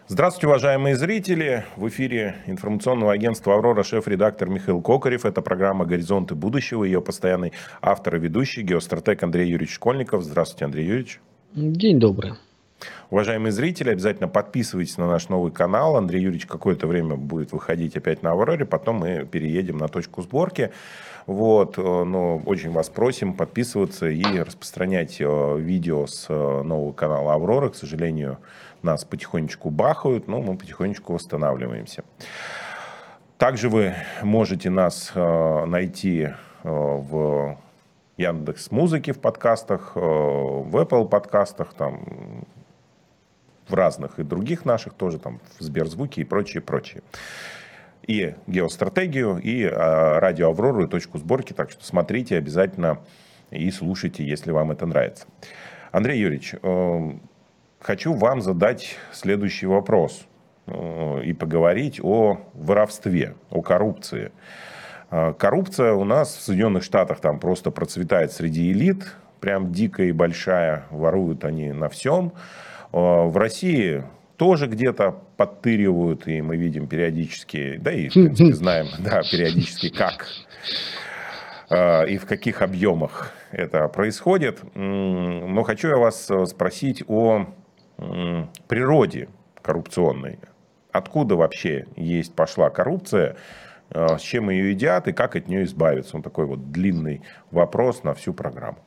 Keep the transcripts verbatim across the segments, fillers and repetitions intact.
Здравствуйте, уважаемые зрители! В эфире информационного агентства «Аврора» шеф-редактор Михаил Кокарев. Это программа «Горизонты будущего». Ее постоянный автор и ведущий геостратег Андрей Юрьевич Школьников. Здравствуйте, Андрей Юрьевич. День добрый. Уважаемые зрители, обязательно подписывайтесь на наш новый канал. Андрей Юрьевич какое-то время будет выходить опять на «Авроре», потом мы переедем на точку сборки. Вот, но очень вас просим подписываться и распространять видео с нового канала «Аврора». К сожалению, нас потихонечку бахают, но мы потихонечку восстанавливаемся. Также вы можете нас найти в Яндекс.Музыке в подкастах, в Apple подкастах, там, в разных и других наших тоже, там, в Сберзвуке и прочее, прочее. И геостратегию, и а, радио «Аврору», и точку сборки. Так что смотрите обязательно и слушайте, если вам это нравится. Андрей Юрьевич, э, хочу вам задать следующий вопрос э, и поговорить о воровстве, о коррупции. Э, коррупция у нас в Соединенных Штатах там просто процветает среди элит, прям дикая и большая, воруют они на всем. Э, в России тоже где-то подтыривают, и мы видим периодически, да и, в принципе, знаем, да, периодически, как э, и в каких объемах это происходит. Но хочу я вас спросить о э, природе коррупционной. Откуда вообще есть пошла коррупция, э, с чем ее едят и как от нее избавиться? Он такой вот длинный вопрос на всю программу.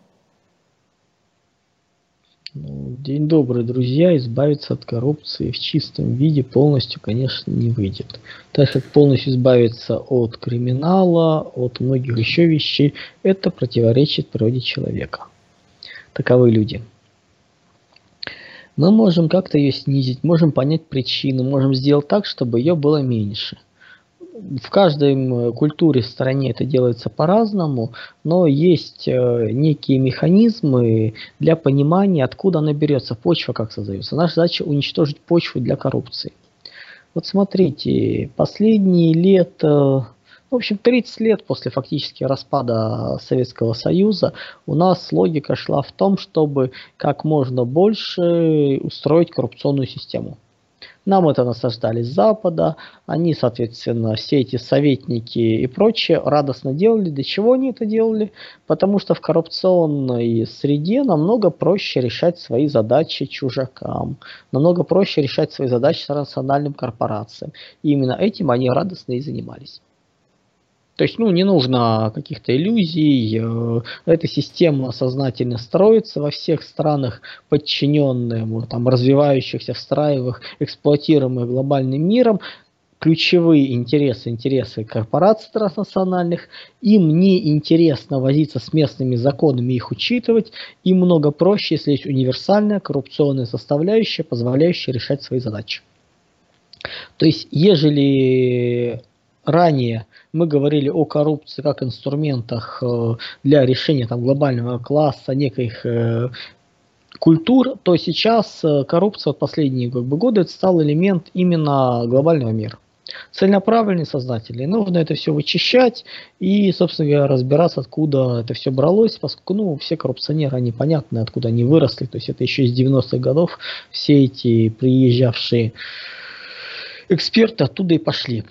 День добрый, друзья. Избавиться от коррупции в чистом виде полностью, конечно, не выйдет. Так как полностью избавиться от криминала, от многих еще вещей, это противоречит природе человека. Таковы люди. Мы можем как-то ее снизить, можем понять причину, можем сделать так, чтобы ее было меньше. В каждой культуре в стране это делается по-разному, но есть некие механизмы для понимания, откуда она берется, почва как создается. Наша задача уничтожить почву для коррупции. Вот смотрите, последние лет, в общем, тридцать лет после фактически распада Советского Союза у нас логика шла в том, чтобы как можно больше устроить коррупционную систему. Нам это насаждали с Запада, они, соответственно, все эти советники и прочее радостно делали. Для чего они это делали? Потому что в коррупционной среде намного проще решать свои задачи чужакам, намного проще решать свои задачи транснациональным корпорациям. И именно этим они радостно и занимались. То есть, ну, не нужно каких-то иллюзий, эта система сознательно строится во всех странах, подчиненных, там, развивающихся, встраиваемых, эксплуатируемых глобальным миром. Ключевые интересы, интересы корпораций транснациональных, им не интересно возиться с местными законами и их учитывать, им много проще, если есть универсальная коррупционная составляющая, позволяющая решать свои задачи. То есть, ежели ранее мы говорили о коррупции как инструментах для решения там, глобального класса неких э, культур, то сейчас коррупция в последние как бы, годы это стал элемент именно глобального мира. Целенаправленный, сознательный. Нужно это все вычищать и, собственно говоря, разбираться, откуда это все бралось, поскольку ну, все коррупционеры, они понятны, откуда они выросли. То есть это еще из девяностых годов все эти приезжавшие эксперты оттуда и пошли.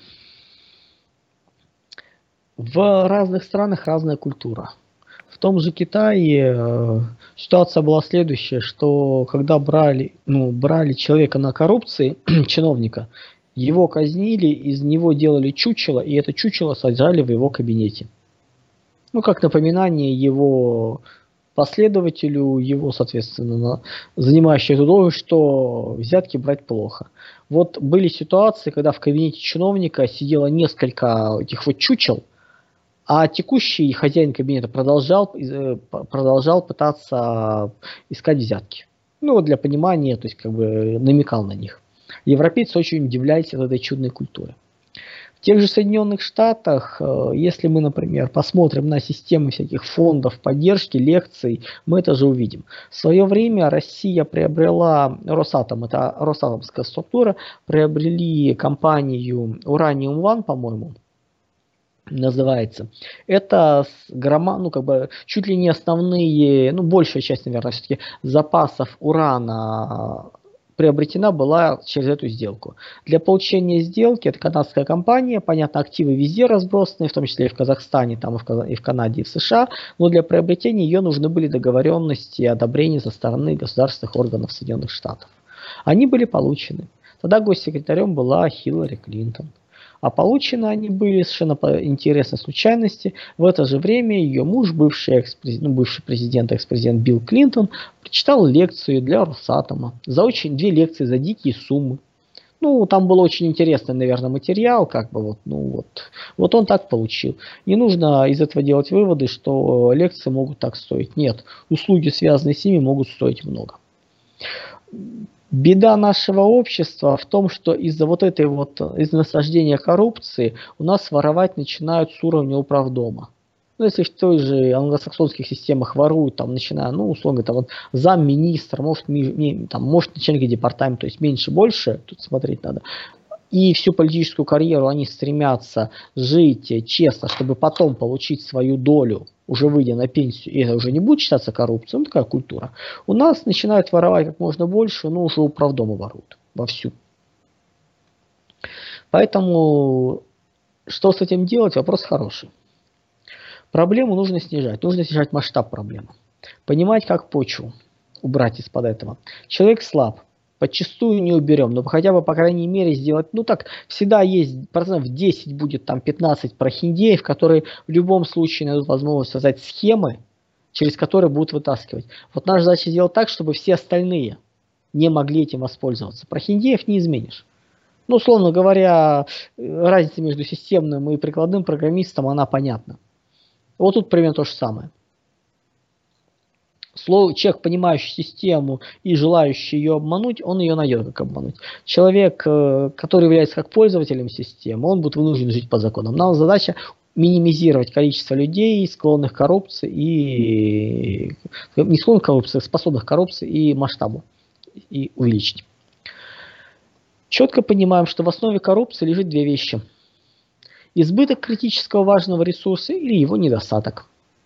В разных странах разная культура. В том же Китае э, ситуация была следующая, что когда брали, ну, брали человека на коррупции, чиновника, его казнили, из него делали чучело, и это чучело сажали в его кабинете. Ну, как напоминание его последователю, его, соответственно, занимающему эту должность, что взятки брать плохо. Вот были ситуации, когда в кабинете чиновника сидело несколько этих вот чучел, а текущий хозяин кабинета продолжал, продолжал пытаться искать взятки. Ну, вот для понимания, то есть как бы намекал на них. Европейцы очень удивлялись от этой чудной культуры. В тех же Соединенных Штатах, если мы, например, посмотрим на систему всяких фондов поддержки, лекций, мы это же увидим. В свое время Россия приобрела, Росатом, это Росатомская структура, приобрели компанию Uranium One, по-моему, называется. Это грома, ну, как бы, чуть ли не основные, ну, большая часть, наверное, все-таки запасов урана приобретена была через эту сделку. Для получения сделки, это канадская компания, понятно, активы везде разбросаны, в том числе и в Казахстане, там и в, Каз... и в Канаде, и в США, но для приобретения ее нужны были договоренности и одобрения со стороны государственных органов Соединенных Штатов. Они были получены. Тогда госсекретарем была Хиллари Клинтон. А получены они были совершенно по интересной случайности. В это же время ее муж, бывший, экс-президент, ну, бывший президент, экс-президент Билл Клинтон, прочитал лекцию для Росатома. За очень, две лекции за дикие суммы. Ну, там был очень интересный, наверное, материал, как бы вот, ну вот. Вот он так получил. Не нужно из этого делать выводы, что лекции могут так стоить. Нет, услуги, связанные с ними, могут стоить много. Беда нашего общества в том, что из-за вот этой вот, из насаждения коррупции у нас воровать начинают с уровня управдома. Ну, если в той же англосаксонских системах воруют, там, начиная, ну, условно, там, вот, замминистра, может, ми, там, может, начальника департамента, то есть меньше-больше, тут смотреть надо. И всю политическую карьеру они стремятся жить честно, чтобы потом получить свою долю, уже выйдя на пенсию, и это уже не будет считаться коррупцией, ну такая культура. У нас начинают воровать как можно больше, но уже управдома воруют вовсю. Поэтому, что с этим делать, вопрос хороший. Проблему нужно снижать, нужно снижать масштаб проблемы. Понимать, как почву убрать из-под этого. Человек слаб. Подчастую не уберем, но хотя бы, по крайней мере, сделать, ну так, всегда есть процентов десять, будет там пятнадцать прохиндеев, которые в любом случае найдут возможность создать схемы, через которые будут вытаскивать. Вот наша задача сделать так, чтобы все остальные не могли этим воспользоваться. Прохиндеев не изменишь. Ну, условно говоря, разница между системным и прикладным программистом, она понятна. Вот тут примерно то же самое. Слово, человек, понимающий систему и желающий ее обмануть, он ее найдет, как обмануть. Человек, который является как пользователем системы, он будет вынужден жить по законам. Нам задача минимизировать количество людей, склонных к коррупции и не склонных к коррупции, способных к коррупции и масштабу, и увеличить. Четко понимаем, что в основе коррупции лежит две вещи. Избыток критического важного ресурса или его недостаток.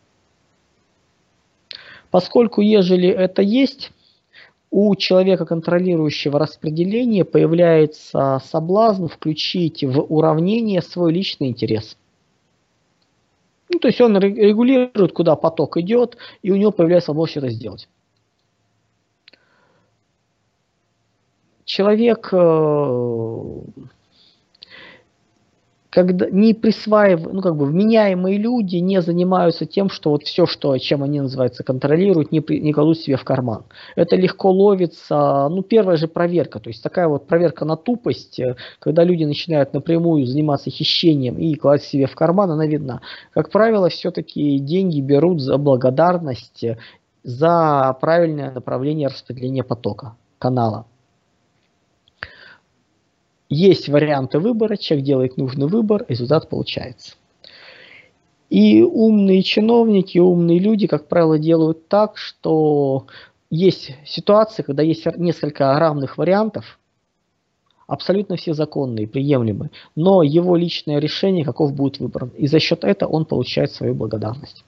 Поскольку, ежели это есть, у человека, контролирующего распределение, появляется соблазн включить в уравнение свой личный интерес. Ну, то есть он регулирует, куда поток идет, и у него появляется возможность это сделать. Человек, когда не присваивают, ну как бы вменяемые люди не занимаются тем, что вот все, что, чем они называются, контролируют, не, при, не кладут себе в карман. Это легко ловится, ну первая же проверка, то есть такая вот проверка на тупость, когда люди начинают напрямую заниматься хищением и класть себе в карман, она видна. Как правило, все-таки деньги берут за благодарность, за правильное направление распределения потока, канала. Есть варианты выбора, человек делает нужный выбор, результат получается. И умные чиновники, умные люди, как правило, делают так, что есть ситуации, когда есть несколько равных вариантов, абсолютно все законные, приемлемые, но его личное решение, каков будет выбран. И за счет этого он получает свою благодарность.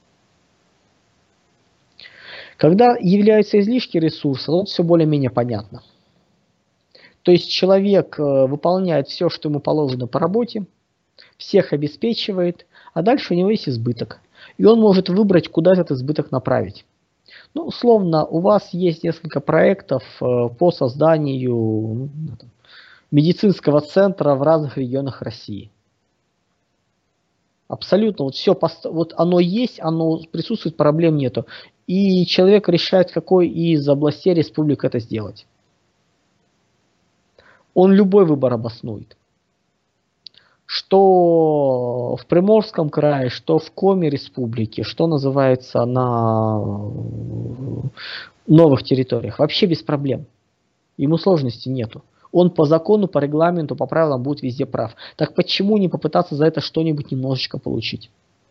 Когда являются излишки ресурса, тут все более-менее понятно. То есть человек выполняет все, что ему положено по работе, всех обеспечивает, а дальше у него есть избыток. И он может выбрать, куда этот избыток направить. Ну, условно, у вас есть несколько проектов по созданию медицинского центра в разных регионах России. Абсолютно, вот все, вот оно есть, оно присутствует, проблем нету. И человек решает, какой из областей республик это сделать. Он любой выбор обоснует. Что в Приморском крае, что в Коми республике, что называется на новых территориях. Вообще без проблем. Ему сложности нету. Он по закону, по регламенту, по правилам будет везде прав. Так почему не попытаться за это что-нибудь немножечко получить?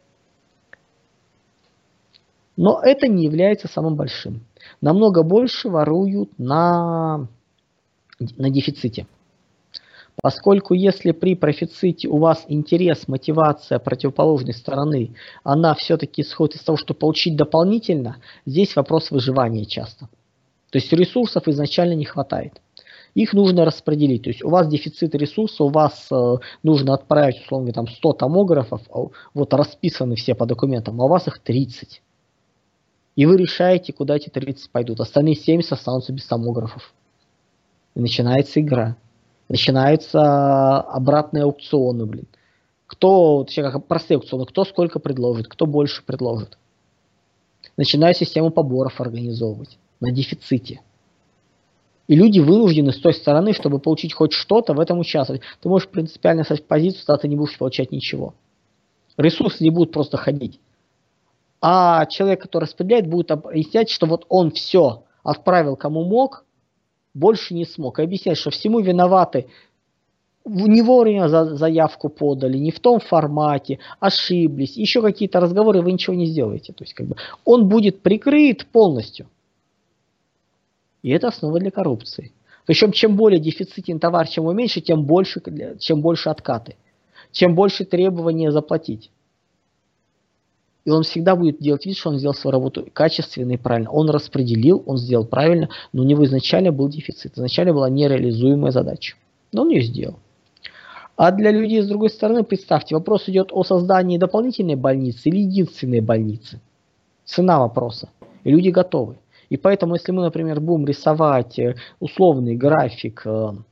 Но это не является самым большим. Намного больше воруют на, на дефиците. Поскольку если при профиците у вас интерес, мотивация противоположной стороны, она все-таки исходит из того, что получить дополнительно, здесь вопрос выживания часто. То есть ресурсов изначально не хватает. Их нужно распределить. То есть у вас дефицит ресурса, у вас э, нужно отправить, условно, там сто томографов, а вот расписаны все по документам, а у вас их тридцать. И вы решаете, куда эти тридцать пойдут. Остальные семьдесят останутся без томографов. И начинается игра. Начинаются обратные аукционы, блин. Кто, точнее, как простые аукционы, кто сколько предложит, кто больше предложит. Начинают систему поборов организовывать на дефиците. И люди вынуждены с той стороны, чтобы получить хоть что-то, в этом участвовать. Ты можешь принципиально стать в позицию, тогда ты не будешь получать ничего. Ресурсы не будут просто ходить. А человек, который распределяет, будет объяснять, что вот он все отправил кому мог, больше не смог. И объяснять, что всему виноваты, не вовремя за заявку подали, не в том формате, ошиблись, еще какие-то разговоры, вы ничего не сделаете. То есть как бы он будет прикрыт полностью. И это основа для коррупции. Причем чем более дефицитен товар, чем его меньше, тем больше, чем больше откаты. Чем больше требования заплатить. И он всегда будет делать вид, что он сделал свою работу качественно и правильно. Он распределил, он сделал правильно, но у него изначально был дефицит. Изначально была нереализуемая задача. Но он ее сделал. А для людей с другой стороны, представьте, вопрос идет о создании дополнительной больницы или единственной больницы. Цена вопроса. И люди готовы. И поэтому, если мы, например, будем рисовать условный график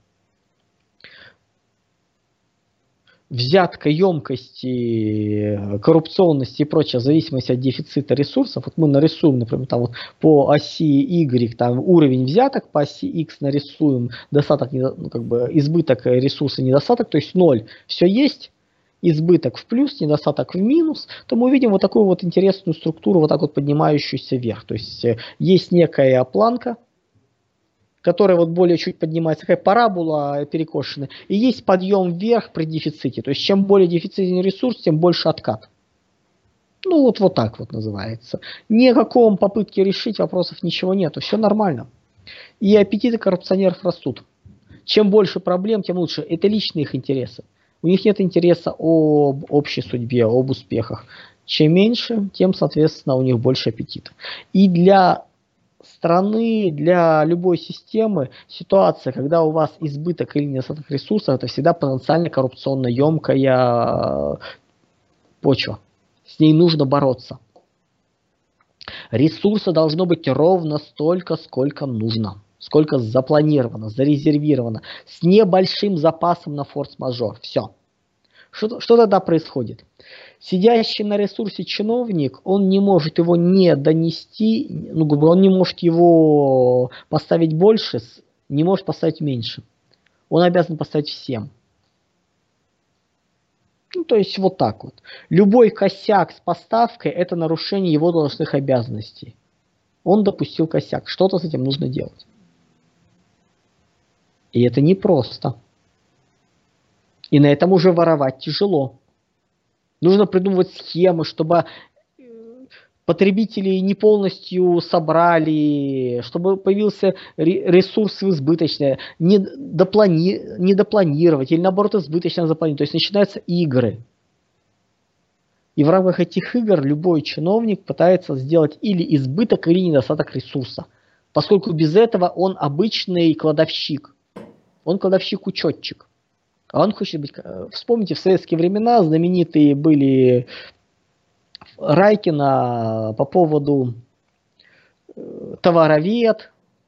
взятка, емкости, коррупционности и прочее, в зависимости от дефицита ресурсов, вот мы нарисуем, например, там вот по оси Y там уровень взяток, по оси X нарисуем достаток, ну, как бы избыток ресурса, недостаток, то есть ноль, все есть, избыток в плюс, недостаток в минус, то мы увидим вот такую вот интересную структуру, вот так вот поднимающуюся вверх. То есть есть некая планка, которая вот более чуть поднимается, такая парабола перекошенная, и есть подъем вверх при дефиците. То есть чем более дефицитный ресурс, тем больше откат. Ну вот, вот так вот называется. Ни о каком попытке решить вопросов ничего нету, все нормально. И аппетиты коррупционеров растут. Чем больше проблем, тем лучше. Это личные их интересы. У них нет интереса об общей судьбе, об успехах. Чем меньше, тем, соответственно, у них больше аппетита. И для страны, для любой системы ситуация, когда у вас избыток или недостаток ресурсов, это всегда потенциально коррупционно емкая почва. С ней нужно бороться. Ресурса должно быть ровно столько, сколько нужно. Сколько запланировано, зарезервировано. С небольшим запасом на форс-мажор. Все. Что, что тогда происходит? Сидящий на ресурсе чиновник, он не может его не донести, ну, он не может его поставить больше, не может поставить меньше. Он обязан поставить всем. Ну, то есть вот так вот. Любой косяк с поставкой – это нарушение его должностных обязанностей. Он допустил косяк. Что-то с этим нужно делать. И это непросто. И на этом уже воровать тяжело. Нужно придумывать схемы, чтобы потребители не полностью собрали, чтобы появился ресурс избыточный, не, доплани, не допланировать или наоборот избыточно запланировать. То есть начинаются игры. И в рамках этих игр любой чиновник пытается сделать или избыток, или недостаток ресурса. Поскольку без этого он обычный кладовщик. Он кладовщик-учетчик. А он хочет быть... Вспомните, в советские времена знаменитые были Райкина по поводу товаровед.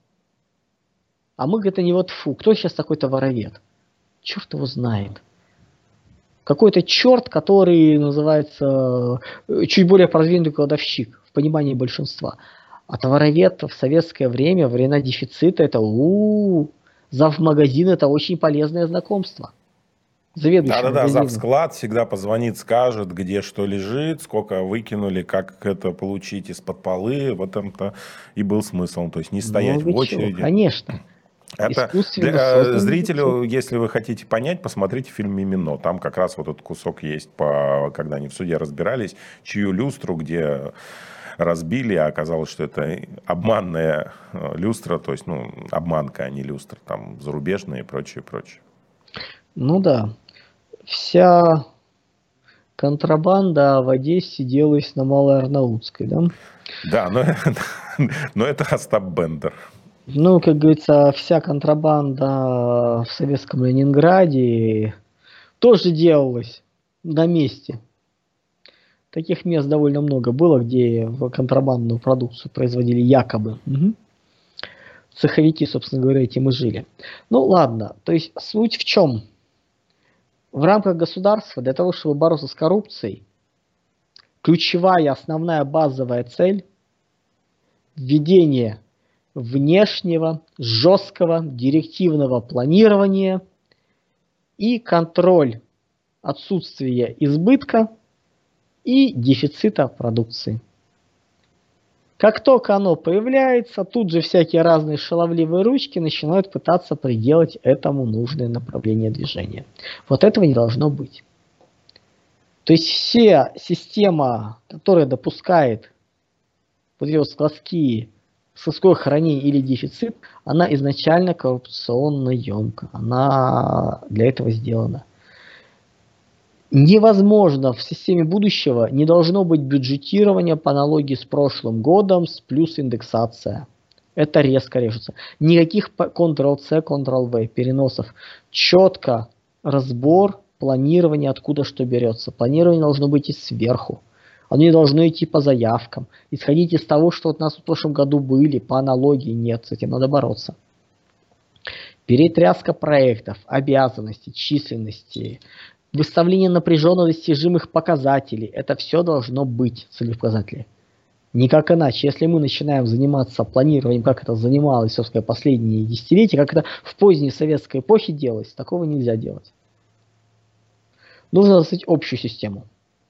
А мы, говорит, не вот фу. Кто сейчас такой товаровед? Черт его знает. Какой-то черт, который называется чуть более продвинутый кладовщик в понимании большинства. А товаровед в советское время, во времена дефицита, это у-у-у. Завмагазин – это очень полезное знакомство. Да-да-да, завсклад всегда позвонит, скажет, где что лежит, сколько выкинули, как это получить из-под полы. В этом-то и был смысл. То есть не стоять ну, в очереди. Чего? Конечно. Это для зрителю, если вы хотите понять, посмотрите фильм «Мимино». Там как раз вот этот кусок есть, по, когда они в суде разбирались, чью люстру, где... разбили, а оказалось, что это обманная люстра, то есть, ну, обманка, а не люстра, там, зарубежная и прочее, прочее. Ну да. Вся контрабанда в Одессе делалась на Малой Арнаутской, да? Да, но, но это Остап Бендер. Ну, как говорится, вся контрабанда в советском Ленинграде тоже делалась на месте. Таких мест довольно много было, где контрабандную продукцию производили якобы. Угу. Цеховики, собственно говоря, этим и жили. Ну ладно, то есть суть в чем? В рамках государства для того, чтобы бороться с коррупцией, ключевая, основная базовая цель – введение внешнего, жесткого, директивного планирования и контроль отсутствия избытка и дефицита продукции. Как только оно появляется, тут же всякие разные шаловливые ручки начинают пытаться приделать этому нужное направление движения. Вот этого не должно быть. То есть вся система, которая допускает вот эти вот складские, складское хранение или дефицит, она изначально коррупционно емка. Она для этого сделана. Невозможно в системе будущего, не должно быть бюджетирования по аналогии с прошлым годом с плюс индексация. Это резко режется. Никаких контрол-C, контрол-V переносов. Четко разбор, планирование, откуда что берется. Планирование должно быть и сверху. Оно не должно идти по заявкам. Исходить из того, что вот у нас в прошлом году были, по аналогии нет, с этим надо бороться. Перетряска проектов, обязанностей, численности, выставление напряженно достижимых показателей. Это все должно быть, целеуказатели. Никак иначе. Если мы начинаем заниматься планированием, как это занималось, собственно, последние десятилетия, как это в поздней советской эпохе делалось, такого нельзя делать. Нужно создать общую систему.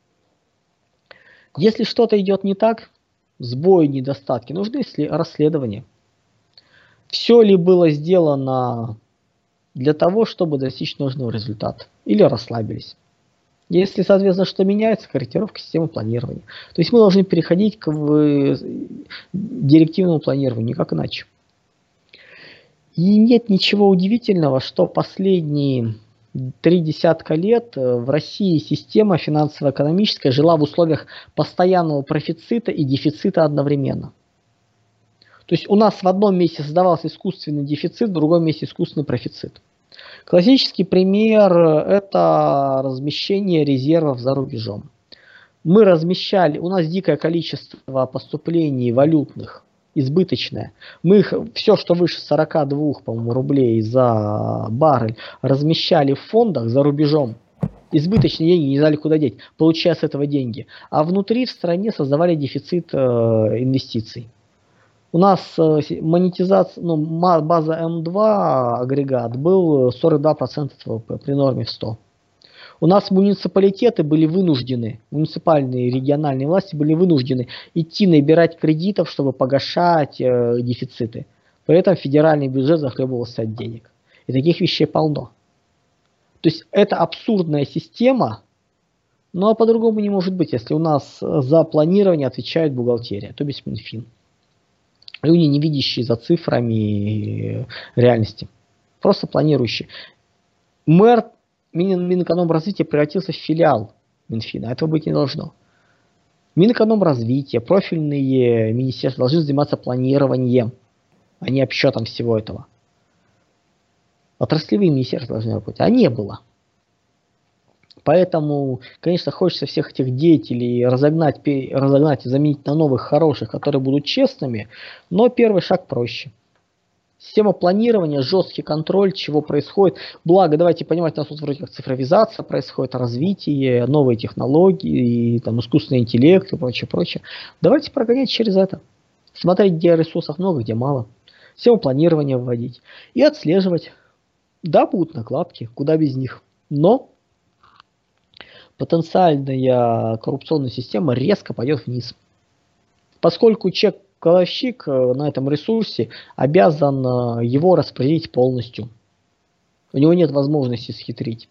Если что-то идет не так, сбои, недостатки, нужны расследования. Все ли было сделано для того, чтобы достичь нужного результата? Или расслабились? Если, соответственно, что меняется, корректировка системы планирования. То есть мы должны переходить к директивному планированию, никак иначе. И нет ничего удивительного, что последние три десятка лет в России система финансово-экономическая жила в условиях постоянного профицита и дефицита одновременно. То есть у нас в одном месте создавался искусственный дефицит, в другом месте искусственный профицит. Классический пример – это размещение резервов за рубежом. Мы размещали, у нас дикое количество поступлений валютных, избыточное. Мы их, все, что выше сорока двух, по-моему, рублей за баррель, размещали в фондах за рубежом. Избыточные деньги не знали, куда деть, получая с этого деньги. А внутри в стране создавали дефицит э, инвестиций. У нас э, монетизация, ну, база эм два агрегат был сорок два процента ВВП при норме в сто. У нас муниципалитеты были вынуждены, муниципальные и региональные власти были вынуждены идти набирать кредитов, чтобы погашать э, дефициты. При этом федеральный бюджет захлебывался от денег. И таких вещей полно. То есть это абсурдная система, но по-другому не может быть, если у нас за планирование отвечает бухгалтерия, то есть Минфин. Люди, не видящие за цифрами реальности. Просто планирующие. Мэр Минэкономразвития превратился в филиал Минфина. Этого быть не должно. Минэкономразвития, профильные министерства должны заниматься планированием, а не обсчетом всего этого. Отраслевые министерства должны работать. А не было. Поэтому, конечно, хочется всех этих деятелей разогнать, разогнать и заменить на новых хороших, которые будут честными, но первый шаг проще. Система планирования, жесткий контроль, чего происходит. Благо, давайте понимать, у нас тут вроде как цифровизация происходит, развитие, новые технологии, там, искусственный интеллект и прочее, прочее. Давайте прогонять через это. Смотреть, где ресурсов много, где мало. Систему планирования вводить. И отслеживать. Да, будут накладки, куда без них. Но потенциальная коррупционная система резко пойдет вниз. Поскольку человек-кладовщик на этом ресурсе обязан его распределить полностью. У него нет возможности схитрить.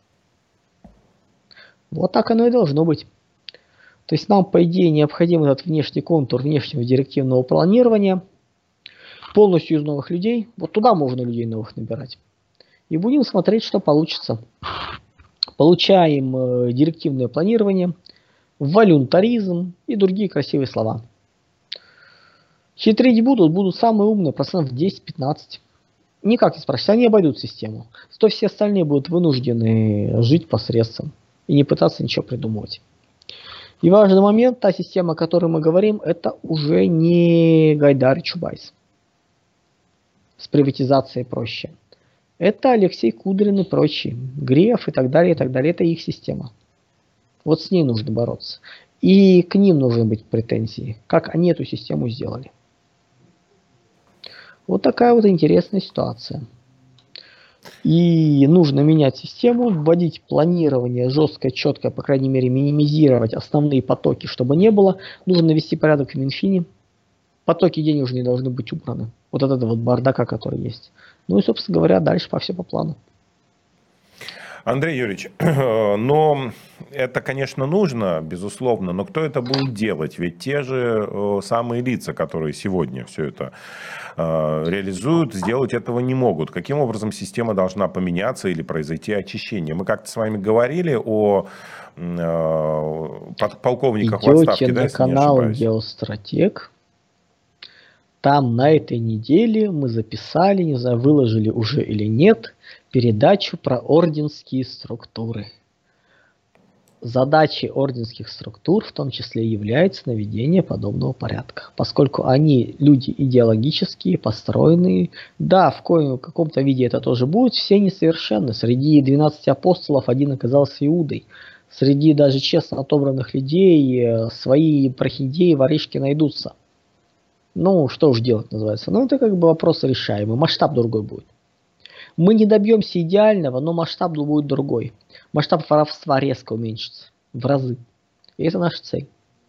Вот так оно и должно быть. То есть нам, по идее, необходим этот внешний контур внешнего директивного планирования. Полностью из новых людей. Вот туда можно людей новых набирать. И будем смотреть, что получится. Получаем э, директивное планирование, волюнтаризм и другие красивые слова. Хитрить будут, будут самые умные, процентов десять-пятнадцать. Никак не спрашивать, они обойдут систему. То все остальные будут вынуждены жить посредством и не пытаться ничего придумывать. И важный момент, та система, о которой мы говорим, это уже не Гайдар и Чубайс. С приватизацией проще. Это Алексей Кудрин и прочие. Греф и так далее, и так далее. Это их система. Вот с ней нужно бороться. И к ним нужны быть претензии. Как они эту систему сделали. Вот такая вот интересная ситуация. И нужно менять систему, вводить планирование жесткое, четкое, по крайней мере, минимизировать основные потоки, чтобы не было. Нужно навести порядок в Минфине. Потоки денежные должны быть убраны. Вот от этого вот бардака, который есть. Ну и, собственно говоря, дальше по все по плану. Андрей Юрьевич, но это, конечно, нужно, безусловно, но кто это будет делать? Ведь те же самые лица, которые сегодня все это реализуют, сделать этого не могут. Каким образом система должна поменяться или произойти очищение? Мы как-то с вами говорили о полковниках в отставке, да, если не ошибаюсь. Идете на канал Геостратег. Там на этой неделе мы записали, не знаю, выложили уже или нет, передачу про орденские структуры. Задачей орденских структур в том числе является наведение подобного порядка, поскольку они люди идеологические, построенные. Да, в коем, каком-то виде это тоже будет, все несовершенны. Среди двенадцати апостолов один оказался Иудой. Среди даже честно отобранных людей свои прохиндеи, воришки найдутся. Ну, что уж делать называется. Ну, это как бы вопрос решаемый. Масштаб другой будет. Мы не добьемся идеального, но масштаб будет другой. Масштаб воровства резко уменьшится. В разы. И это наша цель.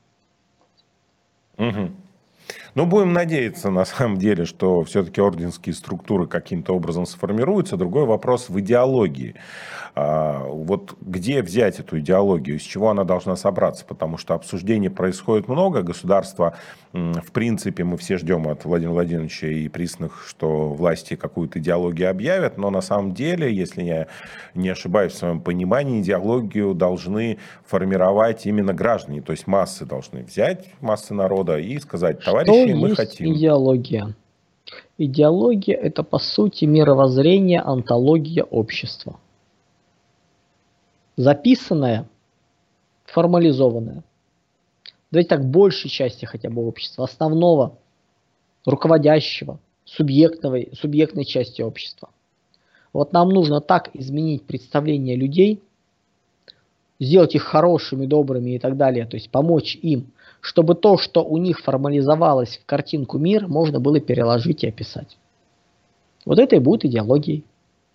Угу. Ну, будем надеяться, на самом деле, что все-таки орденские структуры каким-то образом сформируются. Другой вопрос в идеологии. А, вот где взять эту идеологию, из чего она должна собраться? Потому что обсуждений происходит много. Государство, в принципе, мы все ждем от Владимира Владимировича и присных, что власти какую-то идеологию объявят. Но на самом деле, если я не ошибаюсь в своем понимании, идеологию должны формировать именно граждане. То есть массы должны взять, массы народа, и сказать: товарищи, что мы есть хотим. Идеология. Идеология — это, по сути, мировоззрение, онтология общества. Записанная, формализованная. Давайте так, большей части хотя бы общества, основного, руководящего, субъектной, субъектной части общества. Вот нам нужно так изменить представление людей, сделать их хорошими, добрыми и так далее, то есть помочь им, чтобы то, что у них формализовалось в картинку мира, можно было переложить и описать. Вот это и будет идеологией.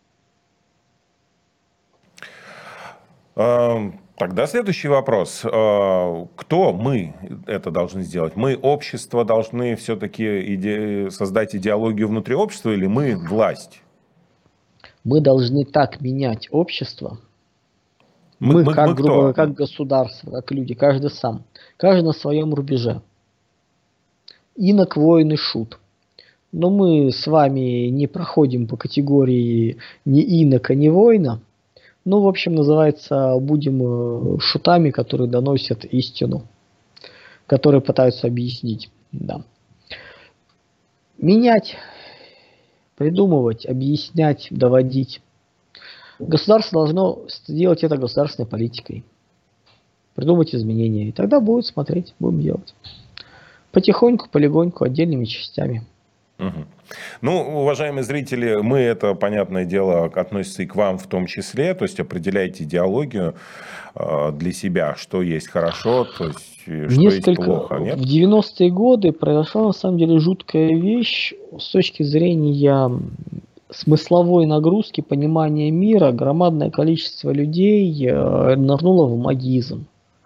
Тогда следующий вопрос. Кто мы это должны сделать? Мы, общество, должны все-таки иде... создать идеологию внутри общества, или мы власть? Мы должны так менять общество. Мы, мы, мы как, мы грубо кто? говоря, как государство, как люди, каждый сам. Каждый на своем рубеже. Инок, воин и шут. Но мы с вами не проходим по категории ни инока, ни воина. Ну, в общем, называется, будем шутами, которые доносят истину, которые пытаются объяснить. Да. Менять, придумывать, объяснять, доводить. Государство должно сделать это государственной политикой. Придумать изменения. И тогда будет смотреть, будем делать. Потихоньку, полегоньку, отдельными частями. Угу. Ну, уважаемые зрители, мы, это, понятное дело, относится и к вам в том числе, то есть определяйте идеологию э, для себя, что есть хорошо, то есть что Несколько, есть плохо. Нет? В девяностые годы произошла на самом деле жуткая вещь с точки зрения смысловой нагрузки, понимания мира. Громадное количество людей э, нырнуло в магизм,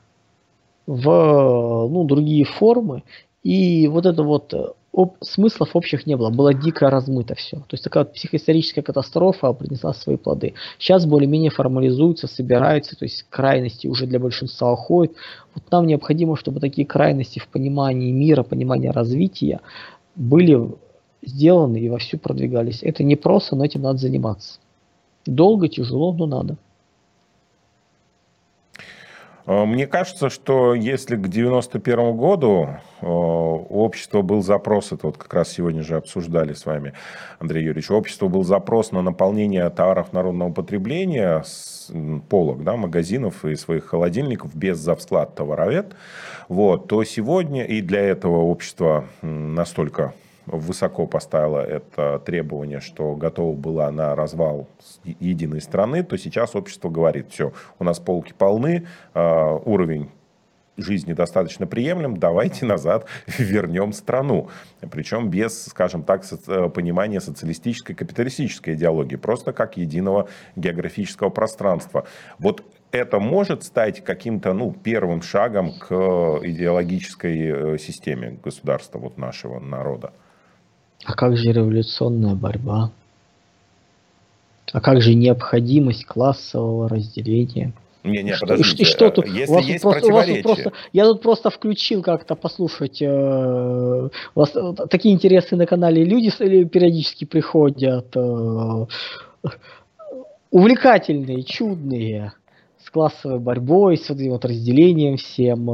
в ну, другие формы, и вот это вот об, смыслов общих не было, было дико размыто все. То есть такая вот психоисторическая катастрофа принесла свои плоды. Сейчас более-менее формализуется, собирается, то есть крайности уже для большинства уходят. Вот нам необходимо, чтобы такие крайности в понимании мира, понимании развития были сделаны и вовсю продвигались. Это не просто, но этим надо заниматься. Долго, тяжело, но надо. Мне кажется, что если к девяносто первому году у общества был запрос, это вот как раз сегодня же обсуждали с вами, Андрей Юрьевич, у общества был запрос на наполнение товаров народного потребления, полок, да, магазинов и своих холодильников без завсклад товаровед, вот, то сегодня и для этого общество настолько высоко поставила это требование, что готова была на развал единой страны, то сейчас общество говорит: все, у нас полки полны, уровень жизни достаточно приемлем, давайте назад вернем страну. Причем без, скажем так, понимания социалистической, капиталистической идеологии, просто как единого географического пространства. Вот это может стать каким-то, ну, первым шагом к идеологической системе государства, вот нашего народа. А как же революционная борьба? А как же необходимость классового разделения? Не, не, что, подождите. И что тут? Если у вас есть просто, у вас тут противоречие. Просто, я тут просто включил как-то послушать. Э, у вас такие интересные на канале люди периодически приходят. Э, увлекательные, чудные. С классовой борьбой, с вот этим вот разделением всем.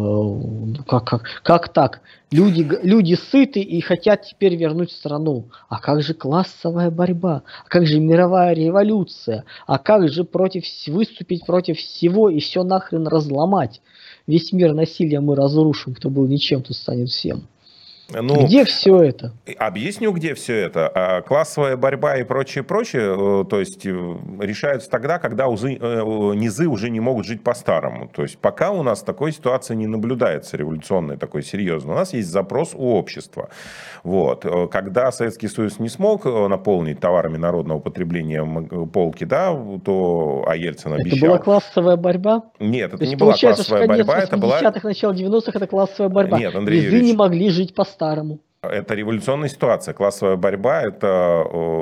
Э, как, как, как так? Люди, люди сыты и хотят теперь вернуть страну. А как же классовая борьба? А как же мировая революция? А как же против, выступить против всего и все нахрен разломать? Весь мир насилия мы разрушим, кто был ничем, тут станет всем. Ну, где все это? Объясню, где все это. Классовая борьба и прочее, прочее, то есть решаются тогда, когда узы, низы уже не могут жить по-старому. То есть пока у нас такой ситуации не наблюдается, революционной такой серьезной. У нас есть запрос у общества. Вот. Когда Советский Союз не смог наполнить товарами народного потребления полки, да, то а Ельцин обещал. Это была классовая борьба? Нет, это не была классовая борьба. Это была... начало девяностых это классовая борьба. Нет, Андрей Низы Юрьевич, не могли жить по старому. Это революционная ситуация. Классовая борьба – это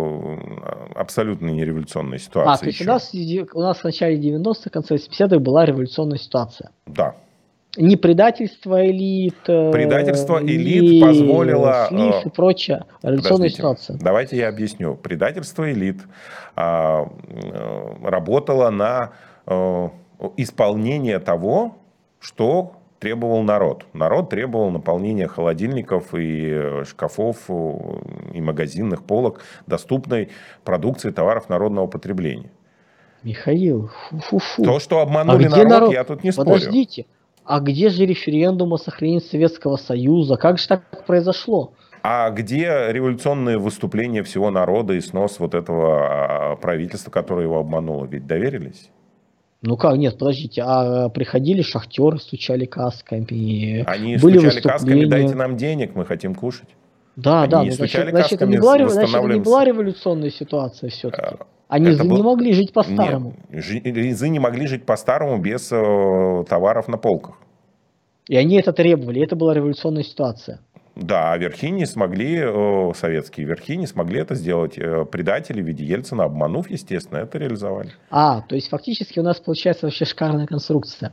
абсолютно не революционная ситуация. А, то есть у нас, у нас в начале девяностых, в конце восьмидесятых была революционная ситуация. Да. Не предательство элит. Предательство элит позволило... Слив и прочее. Революционная Подождите, ситуация. Давайте я объясню. Предательство элит а, работало на а, исполнение того, что... требовал народ. Народ требовал наполнения холодильников и шкафов и магазинных полок доступной продукции товаров народного потребления. Михаил, фу-фу-фу. То, что обманули а народ, народ, я тут не спорю. Подождите, а где же референдум о сохранении Советского Союза? Как же так произошло? А где революционные выступления всего народа и снос вот этого правительства, которое его обмануло? Ведь доверились? Ну как, нет, подождите, а приходили шахтеры, стучали касками. Они были стучали касками: дайте нам денег, мы хотим кушать. Да, Они да, не ну, стучали значит, касками, значит, это не была, значит, это не была революционная ситуация все-таки. Они это не был... могли жить по-старому. Низы не могли жить по-старому без э, товаров на полках. И они это требовали, это была революционная ситуация. Да, а верхи не смогли, э, советские верхи не смогли это сделать. Э, предатели в виде Ельцина, обманув, естественно, это реализовали. А, то есть фактически у нас получается вообще шикарная конструкция.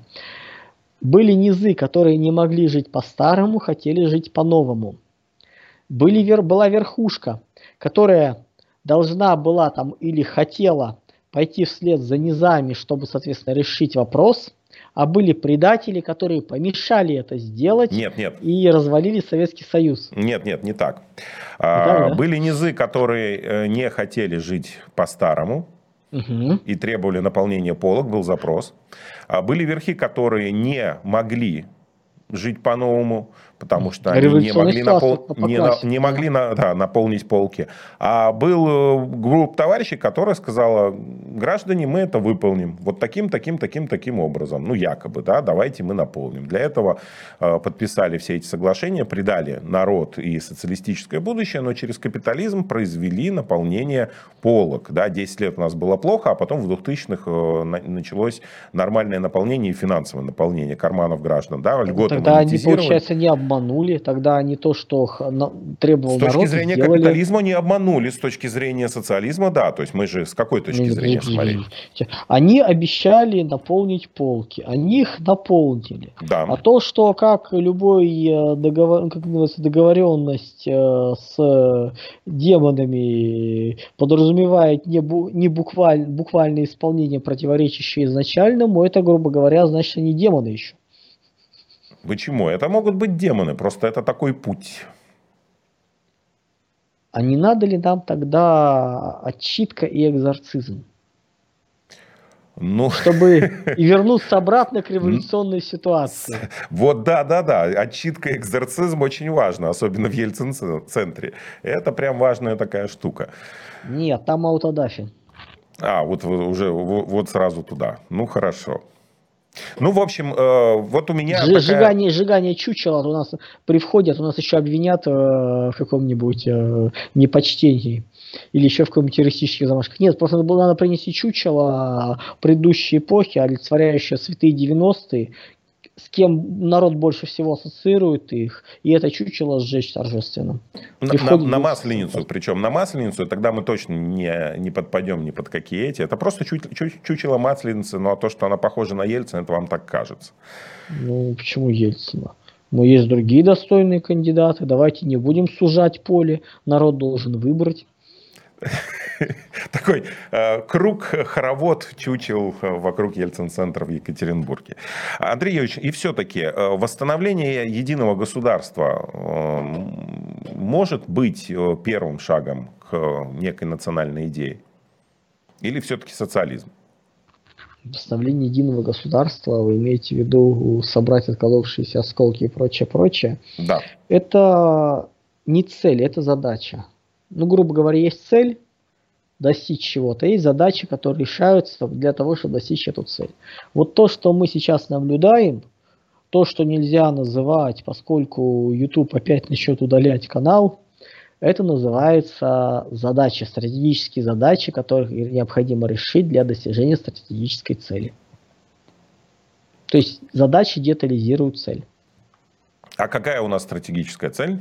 Были низы, которые не могли жить по-старому, хотели жить по-новому. Были, вер... Была верхушка, которая должна была там или хотела пойти вслед за низами, чтобы, соответственно, решить вопрос. А были предатели, которые помешали это сделать нет, нет. и развалили Советский Союз. Нет, нет, не так. Да, а, да. Были низы, которые не хотели жить по-старому угу. и требовали наполнения полок, был запрос. А были верхи, которые не могли жить по-новому, потому что они не могли, напол... не, классике, не могли да. на... да, наполнить полки. А был группа товарищей, которая сказала: граждане, мы это выполним вот таким, таким, таким, таким образом. Ну, якобы, да, давайте мы наполним. Для этого э, подписали все эти соглашения, придали народ и социалистическое будущее, но через капитализм произвели наполнение полок. Да, десять лет у нас было плохо, а потом в двухтысячных э, началось нормальное наполнение и финансовое наполнение карманов граждан. Да, льготы Тогда они, получается, не обманули, тогда они то, что требовал народ, с точки зрения сделали... капитализма не обманули, с точки зрения социализма, да. То есть мы же с какой точки не, зрения? Не смотреть. Они обещали наполнить полки, они их наполнили. Да. А то, что как любой договор, как называется, договоренность с демонами подразумевает не, бу, не букваль, буквальное исполнение, противоречащее изначальному, это, грубо говоря, значит, они демоны еще. Почему? Это могут быть демоны, просто это такой путь. А не надо ли нам тогда отчитка и экзорцизм? Ну... Чтобы и вернуться обратно к революционной ситуации. Вот да, да, да. Отчитка и экзорцизм очень важно, особенно в Ельцин-центре. Это прям важная такая штука. Нет, там аутодафи. А, вот уже вот сразу туда. Ну, хорошо. Ну, в общем, э, вот у меня... Ж, такая... Сжигание, сжигание чучела у нас при входе, у нас еще обвинят э, в каком-нибудь э, непочтении. Или еще в каком-нибудь террористических замашках. Нет, просто было надо принести чучело предыдущей эпохи, олицетворяющее святые девяностые, с кем народ больше всего ассоциирует их, и это чучело сжечь торжественно. На, на, на Масленицу, причем на Масленицу, тогда мы точно не, не подпадем ни под какие эти. Это просто чу, чу, чучело Масленицы, но то, что она похожа на Ельцина, это вам так кажется. Ну, почему Ельцина? Но есть другие достойные кандидаты, давайте не будем сужать поле, народ должен выбрать. Такой э, круг, хоровод чучел вокруг Ельцин-центра в Екатеринбурге. Андрей Юрьевич, и все-таки э, восстановление единого государства э, может быть э, первым шагом к э, некой национальной идее? Или все-таки социализм? Восстановление единого государства, вы имеете в виду собрать отколовшиеся осколки и прочее, прочее? Да. Это не цель, это задача. Ну, грубо говоря, есть цель достичь чего-то, есть задачи, которые решаются для того, чтобы достичь эту цель. Вот то, что мы сейчас наблюдаем, то, что нельзя называть, поскольку YouTube опять начнет удалять канал, это называется задачи, стратегические задачи, которые необходимо решить для достижения стратегической цели. То есть задачи детализируют цель. А какая у нас стратегическая цель?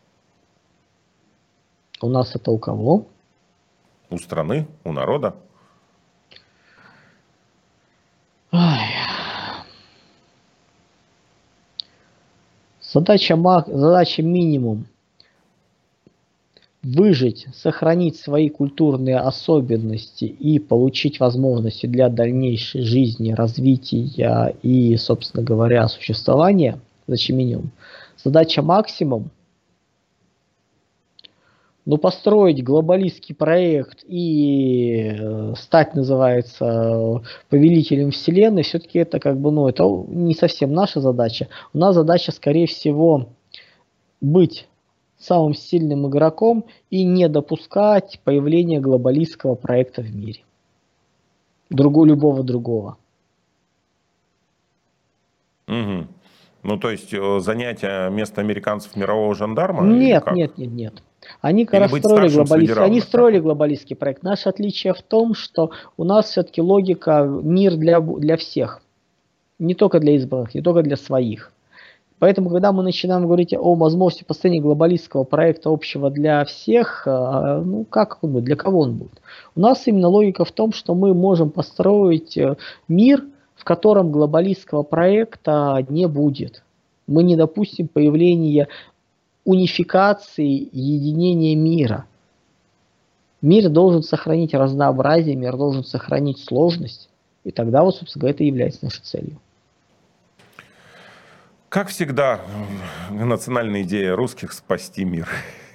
У нас это у кого? У страны, у народа. Ой. Задача, задача минимум. Выжить, сохранить свои культурные особенности и получить возможности для дальнейшей жизни, развития и, собственно говоря, существования. Задача минимум. Задача максимум. Ну, построить глобалистский проект и э, стать, называется, повелителем вселенной, все-таки это как бы, ну, это не совсем наша задача. У нас задача, скорее всего, быть самым сильным игроком и не допускать появления глобалистского проекта в мире. Другого, любого другого. Угу. Ну, то есть, занять место американцев мирового жандарма? Нет, нет, нет, нет. Они как раз строили глобалистский, они строили глобалистский проект. Наше отличие в том, что у нас все-таки логика мир для, для всех. Не только для избранных, не только для своих. Поэтому, когда мы начинаем говорить о возможности построения глобалистского проекта общего для всех, ну как он будет, для кого он будет? У нас именно логика в том, что мы можем построить мир, в котором глобалистского проекта не будет. Мы не допустим появления унификации, единения мира. Мир должен сохранить разнообразие, мир должен сохранить сложность. И тогда, вот, собственно говоря, это является нашей целью. Как всегда, национальная идея русских — спасти мир.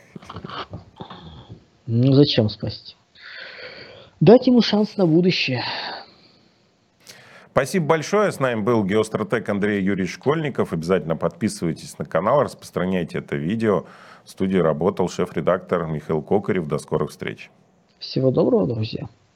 Ну, зачем спасти? Дать ему шанс на будущее. Спасибо большое. С нами был геостратег Андрей Юрьевич Школьников. Обязательно подписывайтесь на канал, распространяйте это видео. В студии работал шеф-редактор Михаил Кокарев. До скорых встреч. Всего доброго, друзья.